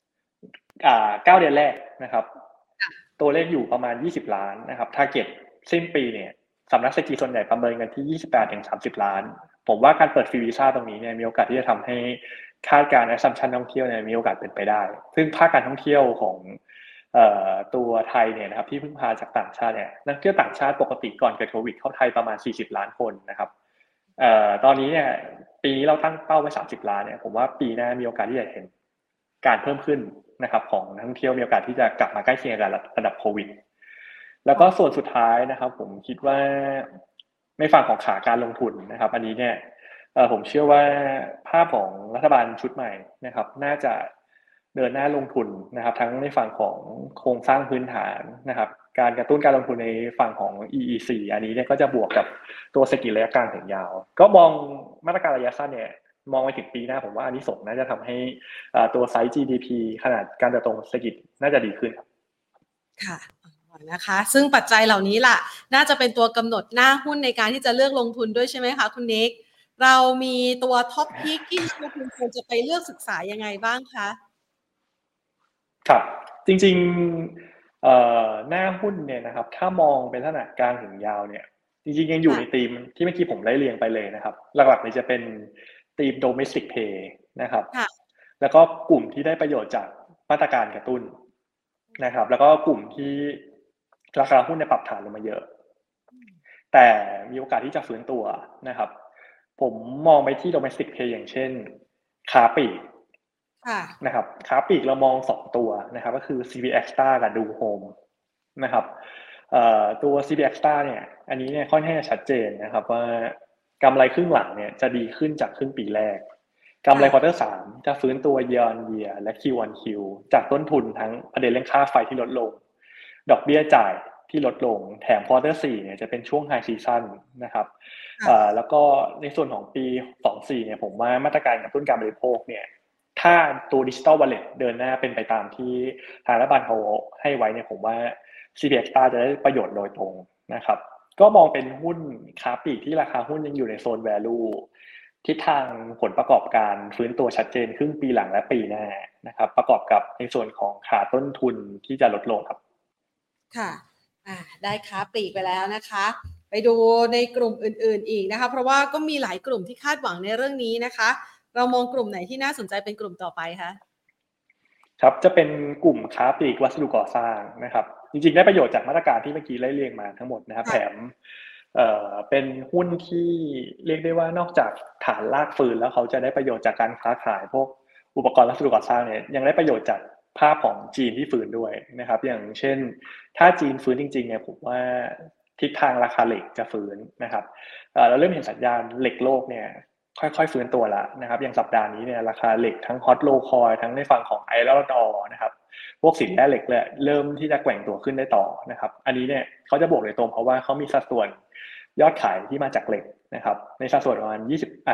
9 เดือนแรกนะครับตัวเลขอยู่ประมาณ20 ล้านนะครับทาร์เก็ตสิ้นปีเนี่ยสำนักเศรษฐกิจส่วนใหญ่ประเมินกันที่28-30 ล้านผมว่าการเปิดฟรีวีซ่าตรงนี้เนี่ยมีโอกาสที่จะทำให้คาดการณ์ assumption ท่องเที่ยวเนี่ยมีโอกาสเป็นไปได้ซึ่งภาคการท่องเที่ยวของตัวไทยเนี่ยนะครับที่พึ่งพาจากต่างชาติเนี่ยนักท่องเที่ยวต่างชาติปกติก่อนเกิดโควิดเข้าไทยประมาณ40 ล้านคนนะครับตอนนี้เนี่ยปีนี้เราตั้งเป้าไว้30 ล้านเนี่ยผมว่าปีหน้ามีโอกาสที่จะเห็นการเพิ่มขึ้นนะครับของนักท่องเที่ยวมีโอกาสที่จะกลับมาใกล้เคียงกับระดับโควิดแล้วก็ส่วนสุดท้ายนะครับผมคิดว่าในฝั่งของขาการลงทุนนะครับอันนี้เนี่ยผมเชื่อว่าภาพของรัฐบาลชุดใหม่นะครับน่าจะเดินหน้าลงทุนนะครับทั้งในฝั่งของโครงสร้างพื้นฐานนะครับการกระตุ้นการลงทุนในฝั่งของ EEC อันนี้เนี่ยก็จะบวกกับตัวเศรษฐกิจระยะกลางถึงยาวก็มองมาตรการระยะสั้นเนี่ยมองไปถึงปีหน้าผมว่าอันนี้ส่งน่าจะทำให้ตัวไซส์ GDP ขนาดการเติบโตของเศรษฐกิจน่าจะดีขึ้นครับค่ะนะคะซึ่งปัจจัยเหล่านี้ล่ะน่าจะเป็นตัวกำหนดหน้าหุ้นในการที่จะเลือกลงทุนด้วยใช่ไหมคะคุณนิกเรามีตัวท็อปพิกที่นักลงทุนควรจะไปเลือกศึกษายังไงบ้างคะครับจริงๆหน้าหุ้นเนี่ยนะครับถ้ามองเป็นลักษณะกลางถึงยาวเนี่ยจริงๆยังอยู่ในธีมที่เมื่อกี้ผมไล่เรียงไปเลยนะครับหลักๆเนี่ยจะเป็นธีม domestic pay นะครับแล้วก็กลุ่มที่ได้ประโยชน์จากมาตรการกระตุ้นนะครับแล้วก็กลุ่มที่ราคาหุ้นเนี่ยปรับฐานลงมาเยอะแต่มีโอกาสที่จะฟื้นตัวนะครับผมมองไปที่ domestic pay อย่างเช่นค้าปลีกนะครับค้าปลีกเรามอง2ตัวนะครับก็คือ CP Extra กับ Do Home นะครับตัว CP Extra เนี่ยอันนี้เนี่ยค่อนข้างชัดเจนนะครับว่ากำไรครึ่งหลังเนี่ยจะดีขึ้นจากครึ่งปีแรกกำไรควอเตอร์3จะฟื้นตัว year on year และ Q on Q จากต้นทุนทั้งประเด็นเรื่องค่าไฟที่ลดลงดอกเบี้ยจ่ายที่ลดลงแถมควอเตอร์4เนี่ยจะเป็นช่วง high season นะครับแล้วก็ในส่วนของปี24เนี่ยผมว่ามาตรการกระตุ้นการบริโภคเนี่ยถ้าตัว Digital Wallet เดินหน้าเป็นไปตามที่ทางรัฐบาลเขาให้ไว้เนี่ยผมว่า CPX จะได้ประโยชน์โดยตรงนะครับก็มองเป็นหุ้นค้าปลีกที่ราคาหุ้นยังอยู่ในโซน value ทิศทางผลประกอบการฟื้นตัวชัดเจนครึ่งปีหลังและปีหน้านะครับประกอบกับในส่วนของขาต้นทุนที่จะลดลงครับค่ะได้ค้าปลีกไปแล้วนะคะไปดูในกลุ่มอื่นๆอีกนะคะเพราะว่าก็มีหลายกลุ่มที่คาดหวังในเรื่องนี้นะคะเรามองกลุ่มไหนที่น่าสนใจเป็นกลุ่มต่อไปคะครับจะเป็นกลุ่มค้าปลีกวัสดุก่อสร้างนะครับจริงๆได้ประโยชน์จากมาตรการที่เมื่อกี้ไล่เรียงมาทั้งหมดนะครับแถมเป็นหุ้นที่เรียกได้ว่านอกจากฐานรากฟื้นแล้วเขาจะได้ประโยชน์จากการค้าขายพวกอุปกรณ์วัสดุก่อสร้างเนี่ยยังได้ประโยชน์จากภาพของจีนที่ฟื้นด้วยนะครับอย่างเช่นถ้าจีนฟื้นจริงๆเนี่ยผมว่าทิศทางราคาเหล็กจะฟื้นนะครับเราเริ่มเห็นสัญญาณเหล็กโลกเนี่ยค่อยๆฟื้นตัวแล้วนะครับอย่างสัปดาห์นี้เนี่ยราคาเหล็กทั้งฮอตโลคอยทั้งในฝั่งของไอรอนอร์นะครับพวกสินแร่เหล็กเลยเริ่มที่จะแกว่งตัวขึ้นได้ต่อนะครับอันนี้เนี่ยเขาจะบวกโดยตรงเพราะว่าเขามีสัดส่วนยอดขายที่มาจากเหล็กนะครับในสัดส่วนประมาณ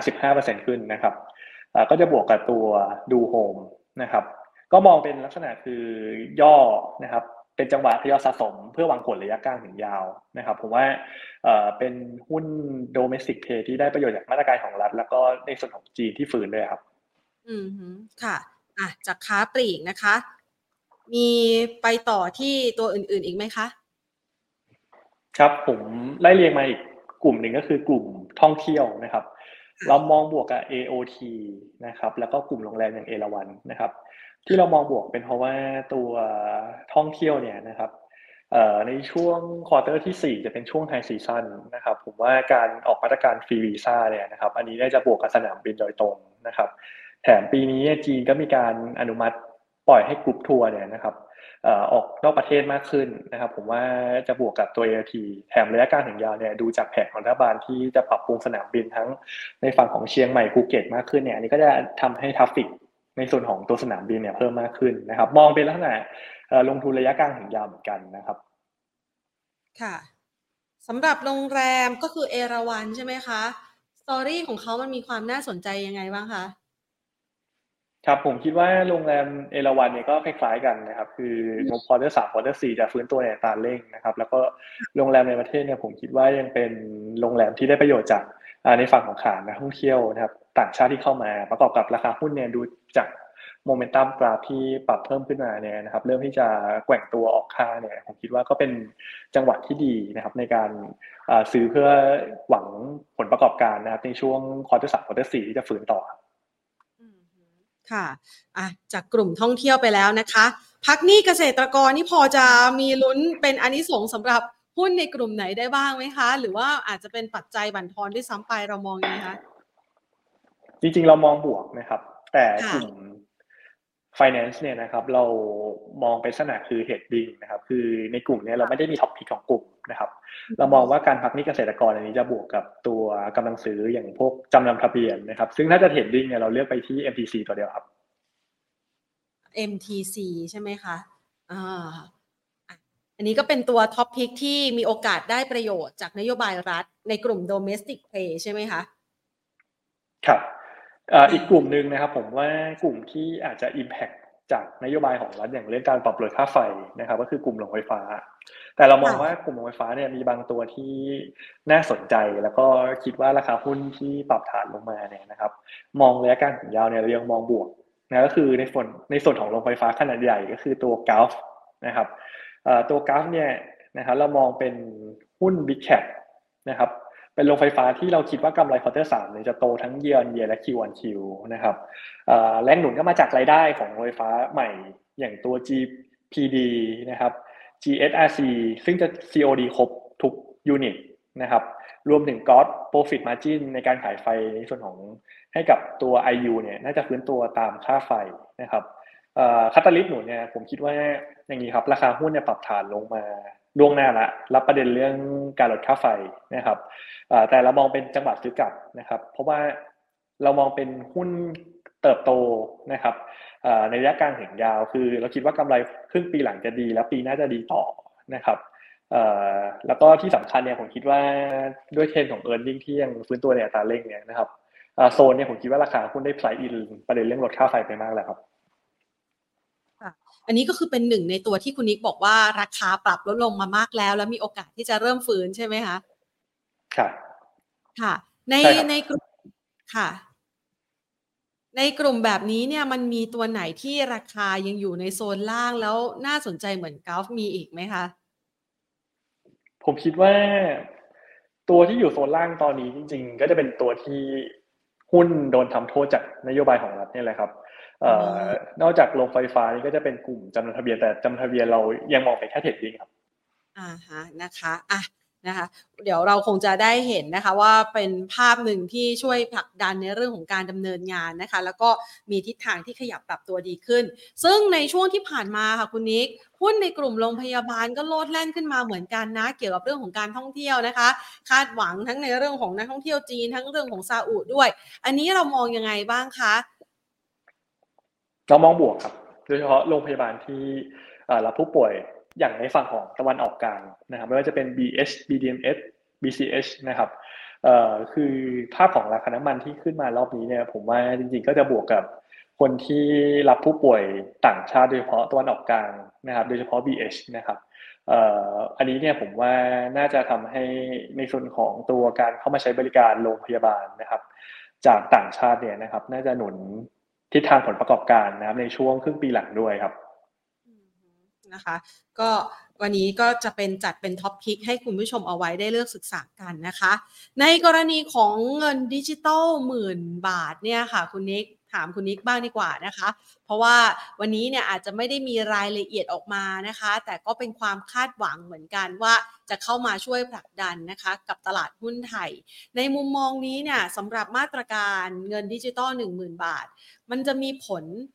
15%ขึ้นนะครับก็จะบวกกับตัวดูโฮมนะครับก็มองเป็นลักษณะคือย่อนะครับเป็นจังหวะทยอยสะสมเพื่อวางผลระยะกลางถึงยาวนะครับผมว่าเป็นหุ้น domestic play ที่ได้ประโยชน์จากมาตรการของรัฐแล้วก็ในส่วนของจีนที่ฟื้นด้วยครับค่ะจากค้าปลีกนะคะมีไปต่อที่ตัวอื่นๆอีกไหมคะครับผมไล่เรียงมาอีกกลุ่มหนึ่งก็คือกลุ่มท่องเที่ยวนะครับเรามองบวกกับ AOT นะครับแล้วก็กลุ่มโรงแรมอย่างเอราวัณนะครับที่เรามองบวกเป็นเพราะว่าตัวท่องเที่ยวเนี่ยนะครับในช่วงควอเตอร์ที่4จะเป็นช่วงไฮซีซั่นนะครับผมว่าการออกมาตรการฟรีวีซ่าเนี่ยนะครับอันนี้น่าจะบวกกับสนามบินโดยตรงนะครับแถมปีนี้จีนก็มีการอนุมัติปล่อยให้กรุ๊ปทัวร์เนี่ยนะครับออกนอกประเทศมากขึ้นนะครับผมว่าจะบวกกับตัว AIT แถมระยะกลางถึงยาวเนี่ยดูจากแผนของรัฐบาลที่จะปรับปรุงสนามบินทั้งในฝั่งของเชียงใหม่ภูเก็ตมากขึ้นเนี่ยอันนี้ก็จะทำให้ทราฟฟิกในส่วนของตัวสนามบินเนี่ยเพิ่มมากขึ้นนะครับมองเป็นลักษณะลงทุนระยะกลางถึงยาวเหมือนกันนะครับค่ะสำหรับโรงแรมก็คือเอราวัณใช่ไหมคะสตอรี่ของเขามันมีความน่าสนใจยังไงบ้างคะครับผมคิดว่าโรงแรมเอราวัณเนี่ยก็คล้ายๆกันนะครับคืองบควอเตอร์3ควอเตอร์4จะฟื้นตัวในอัตราเร่งนะครับแล้วก็โรงแรมในประเทศเนี่ยผมคิดว่ายังเป็นโรงแรมที่ได้ประโยชน์จากในฝั่งของขานักท่องเที่ยวนะครับต่างชาติที่เข้ามาประกอบกับราคาหุ้นเนี่ยดูจากโมเมนตัมกราฟที่ปรับเพิ่มขึ้นมาเนี่ยนะครับเริ่มที่จะแกว่งตัวออกค่าเนี่ยผมคิดว่าก็เป็นจังหวะที่ดีนะครับในการซื้อเพื่อหวังผลประกอบการนะครับในช่วงควอเตอร์3ควอเตอร์4ที่จะฟื้นต่อค่ะจากกลุ่มท่องเที่ยวไปแล้วนะคะพักหนี้เกษตรกรนี่พอจะมีลุ้นเป็นอานิสงส์สำหรับหุ้นในกลุ่มไหนได้บ้างไหมคะหรือว่าอาจจะเป็นปัจจัยบั่นทอนด้วยซ้ำไปเรามองยังไงคะจริงๆเรามองบวกนะครับแต่กลุ่มค่ะ finance เนี่ยนะครับเรามองเป็นลักษณะคือ hedging นะครับคือในกลุ่มนี้เราไม่ได้มีท็อปพิกของกลุ่มนะครับเรามองว่าการพักหนี้เกษตรกรอันนี้จะบวกกับตัวกำลังซื้ออย่างพวกจำนำทะเบียนนะครับซึ่งถ้าจะ hedging เนี่ยเราเลือกไปที่ MTC ตัวเดียวครับ MTC ใช่ไหมคะอ่าอันนี้ก็เป็นตัวท็อปพิกที่มีโอกาสได้ประโยชน์จากนโยบายรัฐในกลุ่ม domestic play ใช่ไหมคะครับอีกกลุ่มหนึ่งนะครับผมว่ากลุ่มที่อาจจะ impact จากนโยบายของรัฐอย่างเรื่องการปรับลดค่าไฟนะครับก็คือกลุ่มโรงไฟฟ้าแต่เรามองว่ากลุ่มโรงไฟฟ้าเนี่ยมีบางตัวที่น่าสนใจแล้วก็คิดว่าราคาหุ้นที่ปรับฐานลงมาเนี่ยนะครับมองระยะกลางถึงยาวเนี่ยเรายังมองบวกนะก็คือในส่วนของโรงไฟฟ้าขนาดใหญ่ก็คือตัว Gulf นะครับตัว Gulf เนี่ยนะครับเรามองเป็นหุ้น Big Cap นะครับ เป็นโรงไฟฟ้าที่เราคิดว่ากำไรควอเตอร์3เนี่ยจะโตทั้ง year on year และ Q on Q นะครับแรงหนุนก็มาจากรายได้ของโรงไฟฟ้าใหม่อย่างตัว GPD นะครับ GSRC ซึ่งจะ COD ครบทุกยูนิตนะครับรวมถึง Gross Profit Margin ในการขายไฟในส่วนของให้กับตัว IU เนี่ยน่าจะฟื้นตัวตามค่าไฟนะครับคาตาลิสต์หนุนเนี่ยผมคิดว่าอย่างนี้ครับราคาหุ้นเนี่ยปรับฐานลงมาล่วงหน้าละรับประเด็นเรื่องการลดค่าไฟนะครับแต่เรามองเป็นจังหวะซื้อกลับนะครับเพราะว่าเรามองเป็นหุ้นเติบโตนะครับในระยะกลางถึงยาวคือเราคิดว่ากำไรครึ่งปีหลังจะดีแล้วปีหน้าจะดีต่อนะครับแล้วก็ที่สำคัญเนี่ยผมคิดว่าด้วยเทรนด์ของ earning ที่ยังฟื้นตัวในอัตราเร่งเนี่ยนะครับโซนเนี่ยผมคิดว่าราคาหุ้นได้ price in ประเด็นเรื่องลดค่าไฟไปมากแล้วครับอันนี้ก็คือเป็นหนึ่งในตัวที่คุณนิกบอกว่าราคาปรับลดลงมามากแล้วแล้วมีโอกาสที่จะเริ่มฟื้นใช่ไหมคะครับค่ะในใช่ครับในกลุ่มค่ะในกลุ่มแบบนี้เนี่ยมันมีตัวไหนที่ราคายังอยู่ในโซนล่างแล้วน่าสนใจเหมือนกอล์ฟมีอีกไหมคะผมคิดว่าตัวที่อยู่โซนล่างตอนนี้จริงๆก็จะเป็นตัวที่หุ้นโดนทำโทษจากนโยบายของรัฐนี่แหละครับอ๋อนอกจากโรงไฟฟ้านี่ก็จะเป็นกลุ่มจำนวนทะเบียนแต่จำนวนทะเบียนเรายังมองไปแค่เทรดดิ้งครับฮะนะคะนะคะเดี๋ยวเราคงจะได้เห็นนะคะว่าเป็นภาพหนึ่งที่ช่วยผลักดันในเรื่องของการดำเนินงานนะคะแล้วก็มีทิศทางที่ขยับปรับตัวดีขึ้นซึ่งในช่วงที่ผ่านมาค่ะคุณนิกหุ้นในกลุ่มโรงพยาบาลก็โลดแล่นขึ้นมาเหมือนกันนะเกี่ยวกับเรื่องของการท่องเที่ยวนะคะคาดหวังทั้งในเรื่องของนักท่องเที่ยวจีนทั้งเรื่องของซาอุด้วยอันนี้เรามองยังไงบ้างคะเรามองบวกครับโดยเฉพาะโรงพยาบาลที่รับผู้ป่วยอย่างในฝั่งของตะวันออกกลางนะครับไม่ว่าจะเป็น BH BDMs BCH นะครับคือภาพของราคาน้ำมันที่ขึ้นมารอบนี้เนี่ยผมว่าจริงๆก็จะบวกกับคนที่รับผู้ป่วยต่างชาติโดยเฉพาะตะวันออกกลางนะครับโดยเฉพาะ BH นะครับอันนี้เนี่ยผมว่าน่าจะทำให้ในส่วนของตัวการเข้ามาใช้บริการโรงพยาบาลนะครับจากต่างชาติเนี่ยนะครับน่าจะหนุนทิศทางผลประกอบการนะครับในช่วงครึ่งปีหลังด้วยครับนะคะก็วันนี้ก็จะเป็นจัดเป็นท็อปพิกให้คุณผู้ชมเอาไว้ได้เลือกศึกษากันนะคะในกรณีของเงินดิจิตอล10,000 บาทเนี่ยค่ะคุณนิกถามคุณนิกบ้างดีกว่านะคะเพราะว่าวันนี้เนี่ยอาจจะไม่ได้มีรายละเอียดออกมานะคะแต่ก็เป็นความคาดหวังเหมือนกันว่าจะเข้ามาช่วยผลักดันนะคะกับตลาดหุ้นไทยในมุมมองนี้เนี่ยสำหรับมาตรการเงินดิจิตอล10,000 บาทมันจะมีผล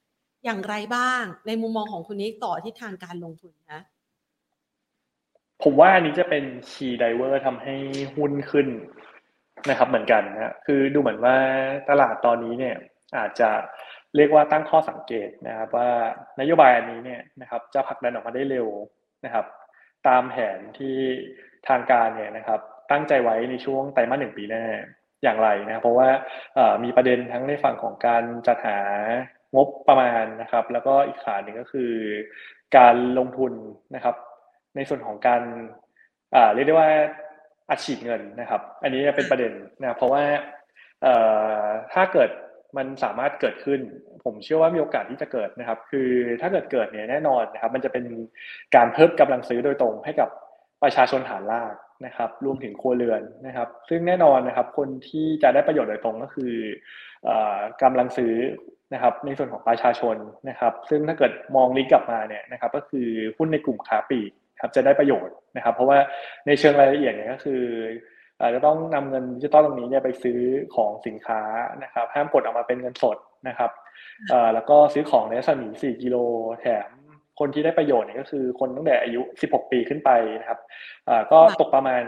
อย่างไรบ้างในมุมมองของคุณนิกต่อทิศทางการลงทุนนะผมว่าอันนี้จะเป็นคีย์ไดเวอร์ทำให้หุ้นขึ้นนะครับเหมือนกันนะคือดูเหมือนว่าตลาดตอนนี้เนี่ยอาจจะเรียกว่าตั้งข้อสังเกตนะครับว่านโยบายอันนี้เนี่ยนะครับจะผลักดันออกมาได้เร็วนะครับตามแผนที่ทางการเนี่ยนะครับตั้งใจไว้ในช่วงไตรมาส 1ปีหน้าอย่างไรนะเพราะว่ามีประเด็นทั้งในฝั่งของการจัดหางบประมาณนะครับแล้วก็อีกขาหนึ่งก็คือการลงทุนนะครับในส่วนของการเรียกได้ว่าอัดฉีดเงินนะครับอันนี้เป็นประเด็นนะเพราะว่าถ้าเกิดมันสามารถเกิดขึ้นผมเชื่อว่ามีโอกาสที่จะเกิดนะครับคือถ้าเกิดเนี่ยแน่นอนนะครับมันจะเป็นการเพิ่มกำลังซื้อโดยตรงให้กับประชาชนฐานรากนะครับรวมถึงครัวเรือนนะครับซึ่งแน่นอนนะครับคนที่จะได้ประโยชน์โดยตรงก็คือกำลังซื้อนะครับในส่วนของประชาชนนะครับซึ่งถ้าเกิดมองลิงก์กลับมาเนี่ยนะครับก็คือหุ้นในกลุ่มค้าปลีกครับจะได้ประโยชน์นะครับเพราะว่าในเชิงรายละเอียดเนี่ยก็คือจะต้องนำเงินดิจิตอลตรงนี้เนี่ยไปซื้อของสินค้านะครับห้ามกดออกมาเป็นเงินสดนะครับแล้วก็ซื้อของในรัศมี4 กิโลแถมคนที่ได้ประโยชน์เนี่ยก็คือคนตั้งแต่อายุ16 ปีขึ้นไปนะครับก็ตกประมาณ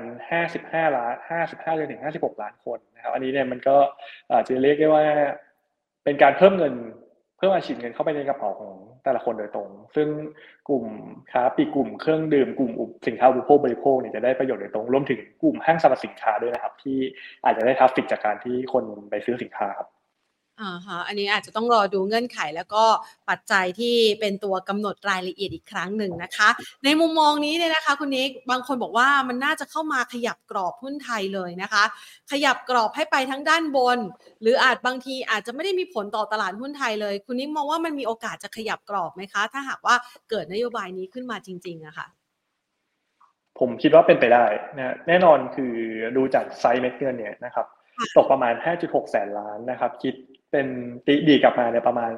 55 ล้าน55จนถึง56 ล้านคนนะครับอันนี้เนี่ยมันก็จะเรียกได้ว่าเป็นการเพิ่มอาชีพเงินเข้าไปในกระเป๋าของแต่ละคนโดยตรงซึ่งกลุ่มค้าปลีกกลุ่มเครื่องดื่มกลุ่มสินค้าอุปโภคบริโภคเนี่ยจะได้ประโยชน์โดยตรงรวมถึงกลุ่มห้างสรรพสินค้าด้วยนะครับที่อาจจะได้ทราฟฟิกจากการที่คนไปซื้อสินค้าครับอันนี้อาจจะต้องรอดูเงื่อนไขแล้วก็ปัจจัยที่เป็นตัวกำหนดรายละเอียดอีกครั้งหนึ่งนะคะในมุมมองนี้เนี่ยนะคะคุณนิกบางคนบอกว่ามันน่าจะเข้ามาขยับกรอบหุ้นไทยเลยนะคะขยับกรอบให้ไปทั้งด้านบนหรืออาจบางทีอาจจะไม่ได้มีผลต่อตลาดหุ้นไทยเลยคุณนิกมองว่ามันมีโอกาสจะขยับกรอบไหมคะถ้าหากว่าเกิดนโยบายนี้ขึ้นมาจริงๆอะค่ะผมคิดว่าเป็นไปได้นะแน่นอนคือดูจากไซส์เม็ดเงินเนี่ยนะครับตกประมาณ 5.6 แสนล้านนะครับคิดเป็นตีดีกลับมาเนี่ยประมาณ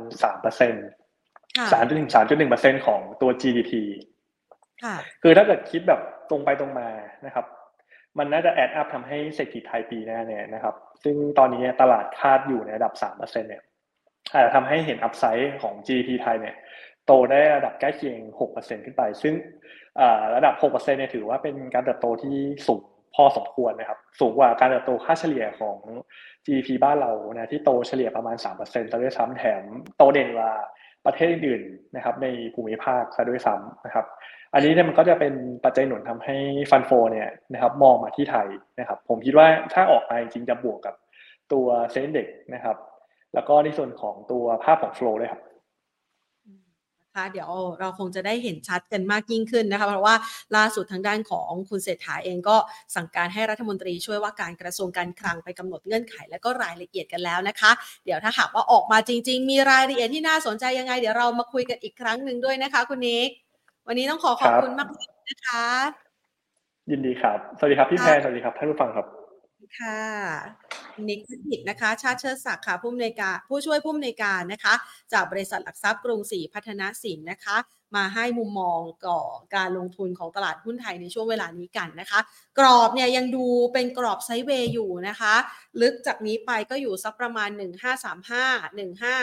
3% 3.1% ของตัว GDP คือถ้าเกิดคิดแบบตรงไปตรงมานะครับมันน่าจะแอดอัพทำให้เศรษฐกิจไทยปีหน้าเนี่ยนะครับซึ่งตอนนี้ตลาดคาดอยู่ในระดับ 3% เนี่ยอาจจะทำให้เห็นอัพไซด์ของ GDP ไทยเนี่ยโตได้ระดับใกล้เคียง 6% ขึ้นไปซึ่งระดับ 6% เนี่ยถือว่าเป็นการเติบโตที่สูงพอสมควรนะครับสูงกว่าการเติบโตค่าเฉลี่ยของ GDP บ้านเรานะที่โตเฉลี่ยประมาณ 3% ซะด้วยซ้ำแถมโตเด่นกว่าประเทศอื่นๆนะครับในภูมิภาคซะด้วยซ้ำนะครับอันนี้เนี่ยมันก็จะเป็นปัจจัยหนุนทำให้ฟันโฟเนี่ยนะครับมองมาที่ไทยนะครับผมคิดว่าถ้าออกมาจริงๆจะบวกกับตัวเซ็นเด็กนะครับแล้วก็ในส่วนของตัวภาพของโฟลว์ด้วยครับเดี๋ยวเราคงจะได้เห็นชัดกันมากยิ่งขึ้นนะคะเพราะว่าล่าสุดทางด้านของคุณเศรษฐาเองก็สั่งการให้รัฐมนตรีช่วยว่าการกระทรวงการคลังไปกำหนดเงื่อนไขและก็รายละเอียดกันแล้วนะคะเดี๋ยวถ้าหากว่าออกมาจริงๆมีรายละเอียดที่น่าสนใจยังไงเดี๋ยวเรามาคุยกันอีกครั้งหนึ่งด้วยนะคะคุณนิกวันนี้ต้องขอบคุณมากนะคะยินดีครับสวัสดีครับพี่แพรสวัสดีครับท่านผู้ฟังครับค่ะนิกพิจิตรนะคะชาติเชิดศักดิ์ค่ะผู้ช่วยผู้อำนวยการนะคะจากบริษัทหลักทรัพย์กรุงศรีพัฒนสินนะคะมาให้มุมมองก่อการลงทุนของตลาดหุ้นไทยในช่วงเวลานี้กันนะคะกรอบเนี่ยยังดูเป็นกรอบไซด์เวย์อยู่นะคะลึกจากนี้ไปก็อยู่สักประมาณ1535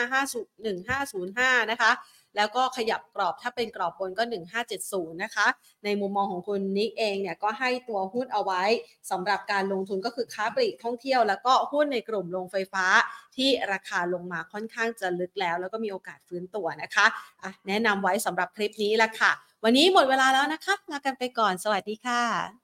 1550 นะคะแล้วก็ขยับกรอบถ้าเป็นกรอบบนก็1570นะคะในมุมมองของคุณนิกเองเนี่ยก็ให้ตัวหุ้นเอาไว้สำหรับการลงทุนก็คือค้าปลีกท่องเที่ยวแล้วก็หุ้นในกลุ่มโรงไฟฟ้าที่ราคาลงมาค่อนข้างจะลึกแล้วก็มีโอกาสฟื้นตัวนะคะแนะนำไว้สำหรับคลิปนี้ละค่ะวันนี้หมดเวลาแล้วนะคะลากันไปก่อนสวัสดีค่ะ